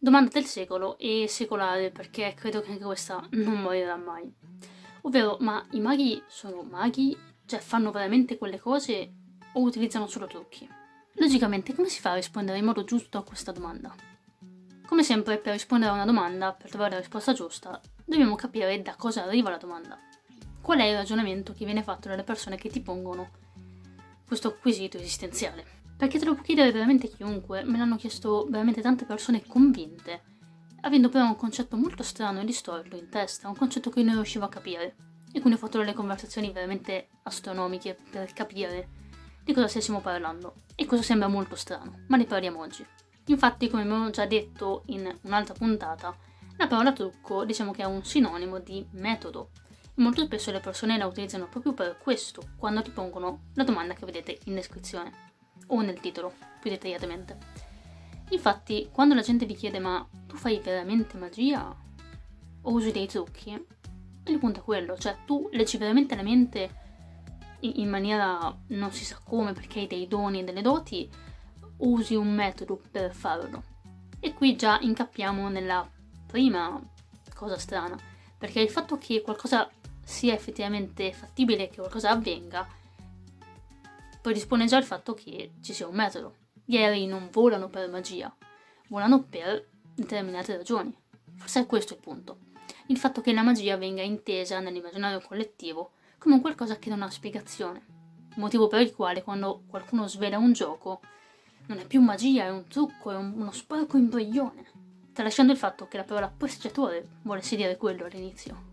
Domanda del secolo e secolare, perché credo che anche questa non morirà mai. Ovvero, ma i maghi sono maghi? Cioè fanno veramente quelle cose o utilizzano solo trucchi? Logicamente, come si fa a rispondere in modo giusto a questa domanda? Come sempre, per rispondere a una domanda, per trovare la risposta giusta, dobbiamo capire da cosa arriva la domanda. Qual è il ragionamento che viene fatto dalle persone che ti pongono questo quesito esistenziale? Perché te lo può chiedere veramente chiunque, me l'hanno chiesto veramente tante persone convinte, avendo però un concetto molto strano e distorto in testa, un concetto che io non riuscivo a capire, e quindi ho fatto delle conversazioni veramente astronomiche per capire di cosa stessimo parlando, e cosa sembra molto strano, ma ne parliamo oggi. Infatti, come abbiamo già detto in un'altra puntata, la parola trucco diciamo che è un sinonimo di metodo, e molto spesso le persone la utilizzano proprio per questo, quando ti pongono la domanda che vedete in descrizione, o nel titolo, più dettagliatamente. Infatti, quando la gente vi chiede ma tu fai veramente magia? O usi dei trucchi? Il punto è quello, cioè tu leggi veramente la mente in maniera non si sa come perché hai dei doni e delle doti, o usi un metodo per farlo. E qui già incappiamo nella prima cosa strana, perché il fatto che qualcosa sia effettivamente fattibile, che qualcosa avvenga, predispone già il fatto che ci sia un metodo. Gli aerei non volano per magia, volano per determinate ragioni. Forse è questo il punto. Il fatto che la magia venga intesa nell'immaginario collettivo come un qualcosa che non ha spiegazione. Motivo per il quale quando qualcuno svela un gioco non è più magia, è un trucco, è uno sporco imbroglione. Tralasciando il fatto che la parola posteggiatore volesse dire quello all'inizio.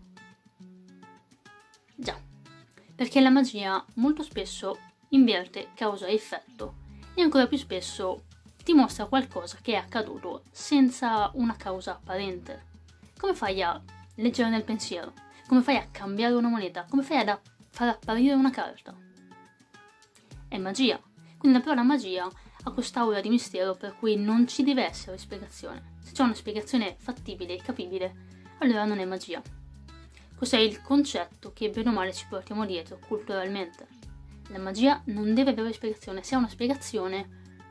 Già, perché la magia molto spesso inverte causa e effetto e ancora più spesso ti mostra qualcosa che è accaduto senza una causa apparente. Come fai a leggere nel pensiero? Come fai a cambiare una moneta? Come fai a far apparire una carta? È magia. Quindi la parola magia ha quest'aura di mistero per cui non ci deve essere spiegazione. Se c'è una spiegazione fattibile e capibile, allora non è magia. Questo è il concetto che bene o male ci portiamo dietro culturalmente. La magia non deve avere spiegazione, se ha una spiegazione,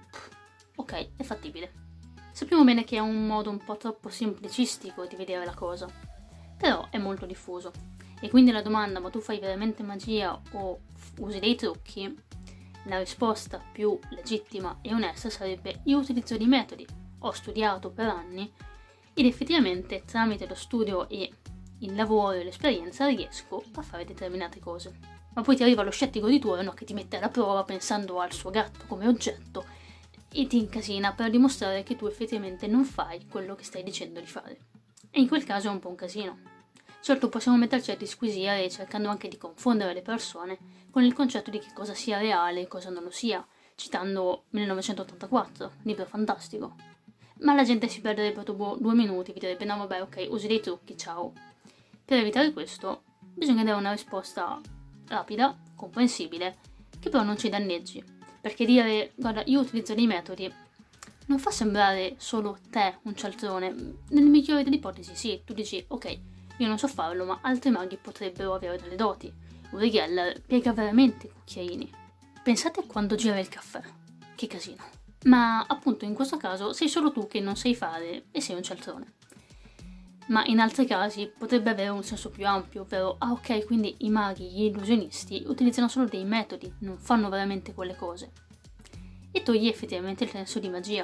ok, è fattibile. Sappiamo bene che è un modo un po' troppo semplicistico di vedere la cosa, però è molto diffuso. E quindi la domanda, ma tu fai veramente magia o usi dei trucchi? La risposta più legittima e onesta sarebbe io utilizzo dei metodi, ho studiato per anni ed effettivamente tramite lo studio e il lavoro e l'esperienza riesco a fare determinate cose. Ma poi ti arriva lo scettico di turno che ti mette alla prova pensando al suo gatto come oggetto e ti incasina per dimostrare che tu effettivamente non fai quello che stai dicendo di fare. E in quel caso è un po' un casino. Certo, possiamo metterci a disquisire cercando anche di confondere le persone con il concetto di che cosa sia reale e cosa non lo sia, citando 1984, libro fantastico. Ma la gente si perderebbe dopo 2 minuti, vi direbbe no vabbè ok, usi dei trucchi, ciao. Per evitare questo bisogna dare una risposta rapida, comprensibile, che però non ci danneggi, perché dire guarda io utilizzo dei metodi non fa sembrare solo te un cialtrone. Nel migliore delle ipotesi sì, tu dici ok, io non so farlo ma altri maghi potrebbero avere delle doti. Uri Geller piega veramente i cucchiaini. Pensate a quando gira il caffè, che casino. Ma appunto in questo caso sei solo tu che non sai fare e sei un cialtrone. Ma in altri casi potrebbe avere un senso più ampio, ovvero ah ok, quindi i maghi, gli illusionisti utilizzano solo dei metodi, non fanno veramente quelle cose. E togli effettivamente il senso di magia.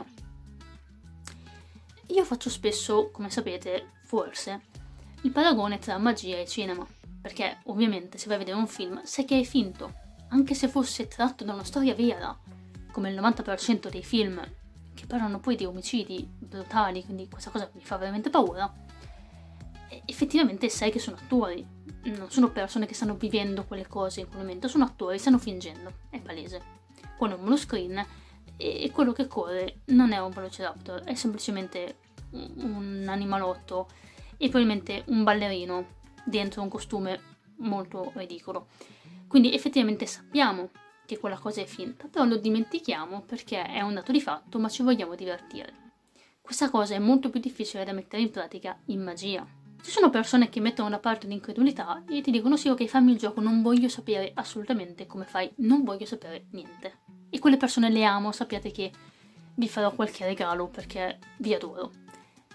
Io faccio spesso, come sapete, forse, il paragone tra magia e cinema, perché ovviamente se vai a vedere un film sai che è finto, anche se fosse tratto da una storia vera, come il 90% dei film che parlano poi di omicidi brutali, quindi questa cosa mi fa veramente paura. Effettivamente sai che sono attori, non sono persone che stanno vivendo quelle cose in quel momento, sono attori, stanno fingendo, è palese. Quello è un monoscreen e quello che corre non è un velociraptor, è semplicemente un animalotto e probabilmente un ballerino dentro un costume molto ridicolo. Quindi effettivamente sappiamo che quella cosa è finta, però lo dimentichiamo perché è un dato di fatto, ma ci vogliamo divertire. Questa cosa è molto più difficile da mettere in pratica in magia. Ci sono persone che mettono da parte l'incredulità e ti dicono sì ok, fammi il gioco, non voglio sapere assolutamente come fai, non voglio sapere niente. E quelle persone le amo, sappiate che vi farò qualche regalo perché vi adoro.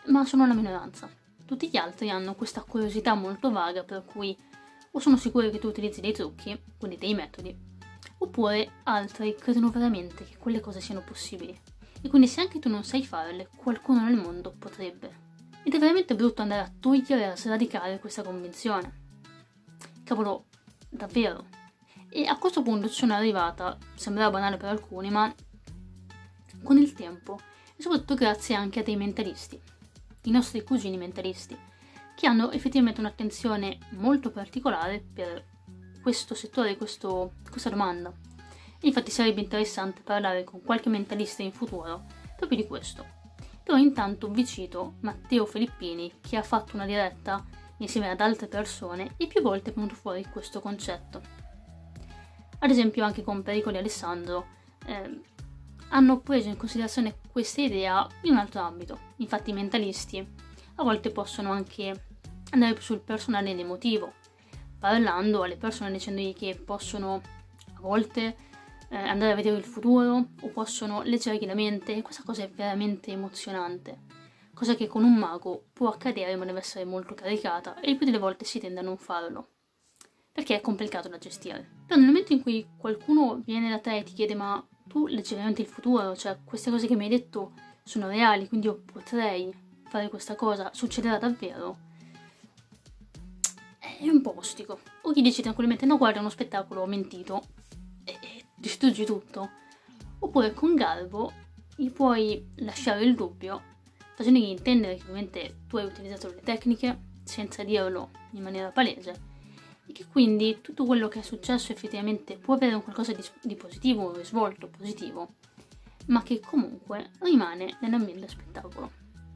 ma sono la minoranza. Tutti gli altri hanno questa curiosità molto vaga per cui o sono sicuri che tu utilizzi dei trucchi, quindi dei metodi, oppure altri credono veramente che quelle cose siano possibili. E quindi se anche tu non sai farle, qualcuno nel mondo potrebbe. Ed è veramente brutto andare a togliere e a sradicare questa convinzione. Cavolo, davvero. E a questo punto ci sono arrivata, sembrava banale per alcuni, ma con il tempo, e soprattutto grazie anche a dei mentalisti, i nostri cugini mentalisti, che hanno effettivamente un'attenzione molto particolare per questo settore, questa domanda. E infatti sarebbe interessante parlare con qualche mentalista in futuro proprio di questo. Però intanto vi cito Matteo Filippini, che ha fatto una diretta insieme ad altre persone e più volte è venuto fuori questo concetto. Ad esempio anche con Pericoli Alessandro hanno preso in considerazione questa idea in un altro ambito. Infatti i mentalisti a volte possono anche andare più sul personale ed emotivo, parlando alle persone dicendogli che possono a volte andare a vedere il futuro o possono leggergli la mente. Questa cosa è veramente emozionante, cosa che con un mago può accadere ma deve essere molto caricata e il più delle volte si tende a non farlo, perché è complicato da gestire. Però nel momento in cui qualcuno viene da te e ti chiede ma tu leggi veramente il futuro, cioè queste cose che mi hai detto sono reali, quindi io potrei fare questa cosa, succederà davvero, è un po' ostico. O gli dici tranquillamente no guarda è uno spettacolo, ho mentito, e distruggi tutto, oppure con garbo gli puoi lasciare il dubbio facendogli intendere che ovviamente tu hai utilizzato le tecniche senza dirlo in maniera palese e che quindi tutto quello che è successo effettivamente può avere un qualcosa di positivo, un risvolto positivo, ma che comunque rimane nell'ambiente spettacolo.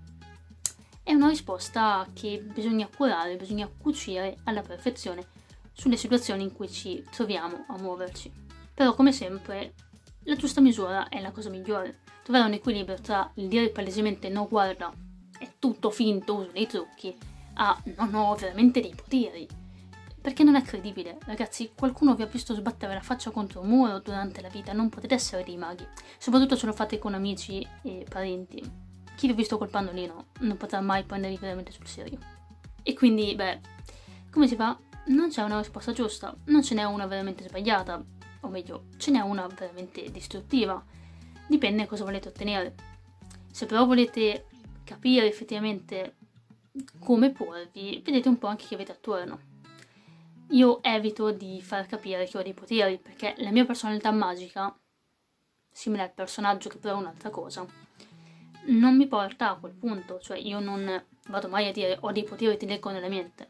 È una risposta che bisogna curare, bisogna cucire alla perfezione sulle situazioni in cui ci troviamo a muoverci. Però come sempre la giusta misura è la cosa migliore, trovare un equilibrio tra il dire palesemente no guarda è tutto finto, uso dei trucchi, a non ho veramente dei poteri, perché non è credibile. Ragazzi, qualcuno vi ha visto sbattere la faccia contro un muro durante la vita, non potete essere dei maghi, soprattutto se lo fate con amici e parenti. Chi vi ha visto col pannolino non potrà mai prendervi veramente sul serio. E quindi, come si fa? Non c'è una risposta giusta, non ce n'è una veramente sbagliata, o meglio, ce n'è una veramente distruttiva. Dipende cosa volete ottenere. Se però volete capire effettivamente come porvi, vedete un po' anche chi avete attorno. Io evito di far capire che ho dei poteri, perché la mia personalità magica, simile al personaggio che però è un'altra cosa, non mi porta a quel punto. Cioè io non vado mai a dire ho dei poteri e ti leggo nella mente.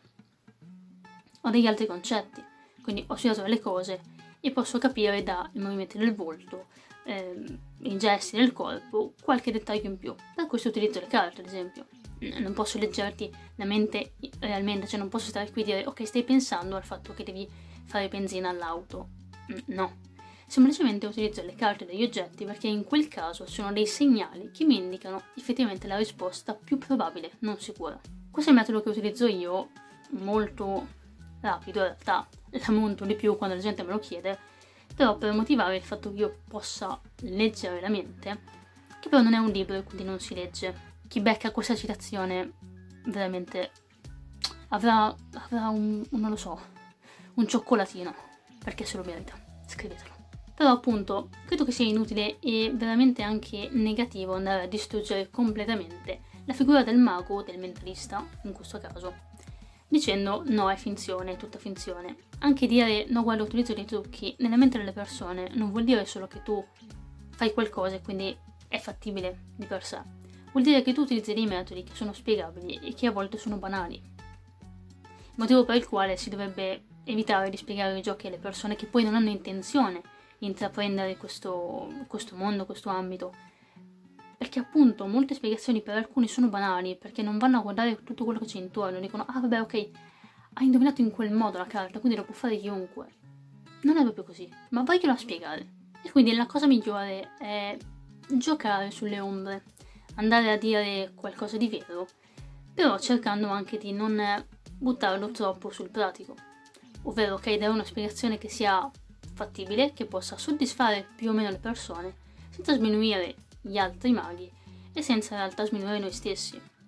Ho degli altri concetti, quindi ho studiato delle cose e posso capire dai movimenti del volto, i gesti del corpo, qualche dettaglio in più. Per questo utilizzo le carte, ad esempio. Non posso leggerti la mente realmente, cioè non posso stare qui e dire ok stai pensando al fatto che devi fare benzina all'auto. No, semplicemente utilizzo le carte degli oggetti perché in quel caso sono dei segnali che mi indicano effettivamente la risposta più probabile, non sicura. Questo è il metodo che utilizzo io, molto rapido in realtà, la monto di più quando la gente me lo chiede, però per motivare il fatto che io possa leggere la mente, che però non è un libro e quindi non si legge. Chi becca questa citazione veramente avrà non lo so, un cioccolatino, perché se lo merita, scrivetelo. Però appunto credo che sia inutile e veramente anche negativo andare a distruggere completamente la figura del mago o del mentalista, in questo caso, dicendo no è finzione, è tutta finzione. Anche dire no guarda utilizzo dei trucchi nella mente delle persone non vuol dire solo che tu fai qualcosa e quindi è fattibile di per sé. Vuol dire che tu utilizzi dei metodi che sono spiegabili e che a volte sono banali. Motivo per il quale si dovrebbe evitare di spiegare i giochi alle persone che poi non hanno intenzione di intraprendere questo mondo, questo ambito. Perché appunto molte spiegazioni per alcuni sono banali, perché non vanno a guardare tutto quello che c'è intorno, dicono ah vabbè ok, hai indovinato in quel modo la carta, quindi lo può fare chiunque. Non è proprio così, ma vaglielo a spiegare. E quindi la cosa migliore è giocare sulle ombre, andare a dire qualcosa di vero, però cercando anche di non buttarlo troppo sul pratico, ovvero ok dare una spiegazione che sia fattibile, che possa soddisfare più o meno le persone, senza sminuire gli altri maghi e senza in realtà sminuire noi stessi.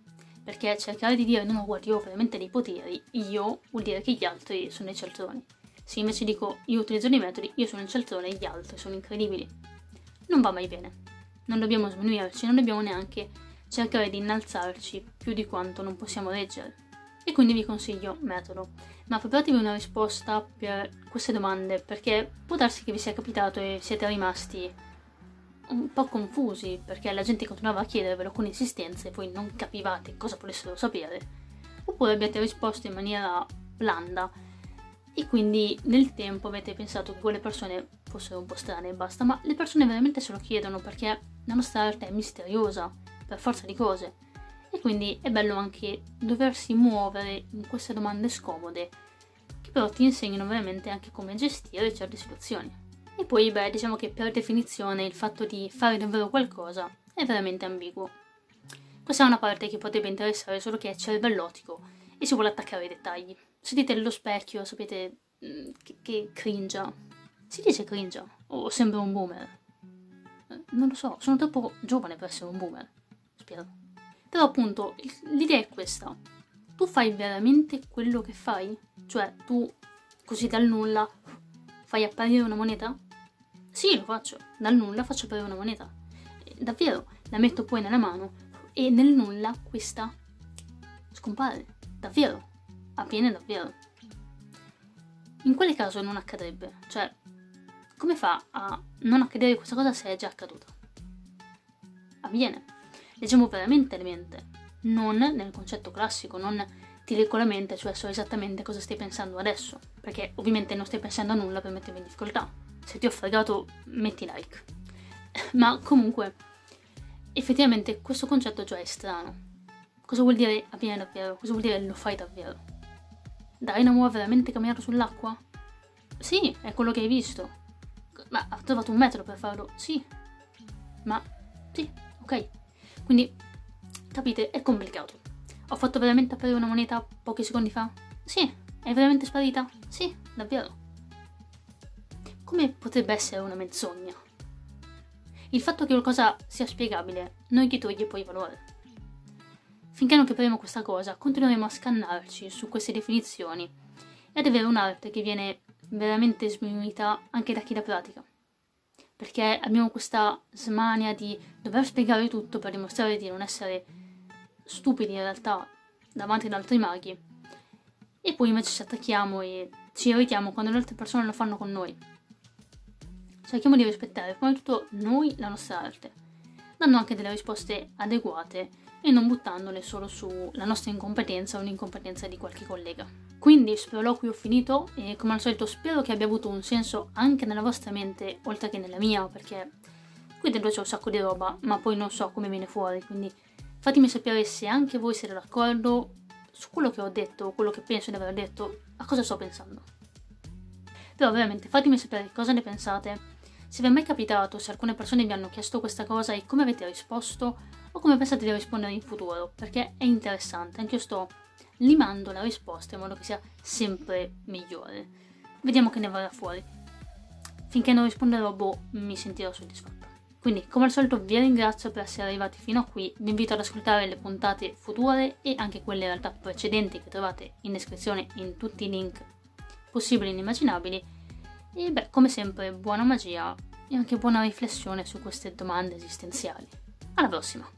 perché cercare di dire no, guarda, io ho veramente dei poteri, io vuol dire che gli altri sono i cialtroni. Se invece dico io utilizzo dei metodi, io sono il cialtrone e gli altri sono incredibili, non va mai bene. Non dobbiamo sminuirci, non dobbiamo neanche cercare di innalzarci più di quanto non possiamo reggere. E quindi vi consiglio metodo. Ma preparatevi una risposta per queste domande, perché può darsi che vi sia capitato e siete rimasti un po' confusi, perché la gente continuava a chiedervelo con insistenza e voi non capivate cosa volessero sapere, oppure abbiate risposto in maniera blanda e quindi nel tempo avete pensato che quelle persone fossero un po' strane e basta, ma le persone veramente se lo chiedono perché la nostra arte è misteriosa per forza di cose e quindi è bello anche doversi muovere in queste domande scomode che però ti insegnano veramente anche come gestire certe situazioni. E poi beh, diciamo che per definizione il fatto di fare davvero qualcosa è veramente ambiguo. Questa è una parte che potrebbe interessare solo chi è cervellotico e si vuole attaccare ai dettagli. Se dite nello specchio sapete che cringe. Si dice cringe o sembra un boomer? Non lo so, sono troppo giovane per essere un boomer, spero. Però appunto l'idea è questa. Tu fai veramente quello che fai? Cioè tu così dal nulla fai apparire una moneta? Sì, lo faccio. Dal nulla faccio apparire una moneta. Davvero, la metto poi nella mano e nel nulla questa scompare. Davvero. Avviene davvero. In quale caso non accadrebbe? Cioè, come fa a non accadere questa cosa se è già accaduta? Avviene. Leggiamo veramente le mente. Non nel concetto classico, non ti leggo la mente, cioè so esattamente cosa stai pensando adesso. Perché ovviamente non stai pensando a nulla per mettermi in difficoltà. Se ti ho fregato, metti like. Ma comunque, effettivamente questo concetto già è strano. Cosa vuol dire avviene davvero? Cosa vuol dire lo fai davvero? Dynamo ha veramente camminato sull'acqua? Sì, è quello che hai visto. Ma ha trovato un metodo per farlo? Sì. Ma, sì, ok. Quindi, capite, è complicato. Ho fatto veramente apparire una moneta pochi secondi fa? Sì. È veramente sparita? Sì, davvero. Come potrebbe essere una menzogna? Il fatto che qualcosa sia spiegabile non gli toglie poi valore. Finché non capiremo questa cosa, continueremo a scannarci su queste definizioni e ad avere un'arte che viene veramente sminuita anche da chi la pratica. Perché abbiamo questa smania di dover spiegare tutto per dimostrare di non essere stupidi in realtà davanti ad altri maghi e poi invece ci attacchiamo e ci irritiamo quando le altre persone lo fanno con noi. Cerchiamo di rispettare prima di tutto noi la nostra arte, dando anche delle risposte adeguate e non buttandole solo sulla nostra incompetenza o l'incompetenza di qualche collega. Quindi spero qui ho finito e come al solito spero che abbia avuto un senso anche nella vostra mente oltre che nella mia, perché qui dentro c'è un sacco di roba ma poi non so come viene fuori, quindi fatemi sapere se anche voi siete d'accordo su quello che ho detto, quello che penso di aver detto, a cosa sto pensando. Però veramente fatemi sapere cosa ne pensate, se vi è mai capitato, se alcune persone vi hanno chiesto questa cosa e come avete risposto o come pensate di rispondere in futuro, perché è interessante, anche io sto limando la risposta in modo che sia sempre migliore. Vediamo che ne verrà fuori. Finché non risponderò, mi sentirò soddisfatta. Quindi, come al solito, vi ringrazio per essere arrivati fino a qui, vi invito ad ascoltare le puntate future e anche quelle in realtà precedenti che trovate in descrizione in tutti i link possibili e inimmaginabili. E beh, come sempre, buona magia e anche buona riflessione su queste domande esistenziali. Alla prossima!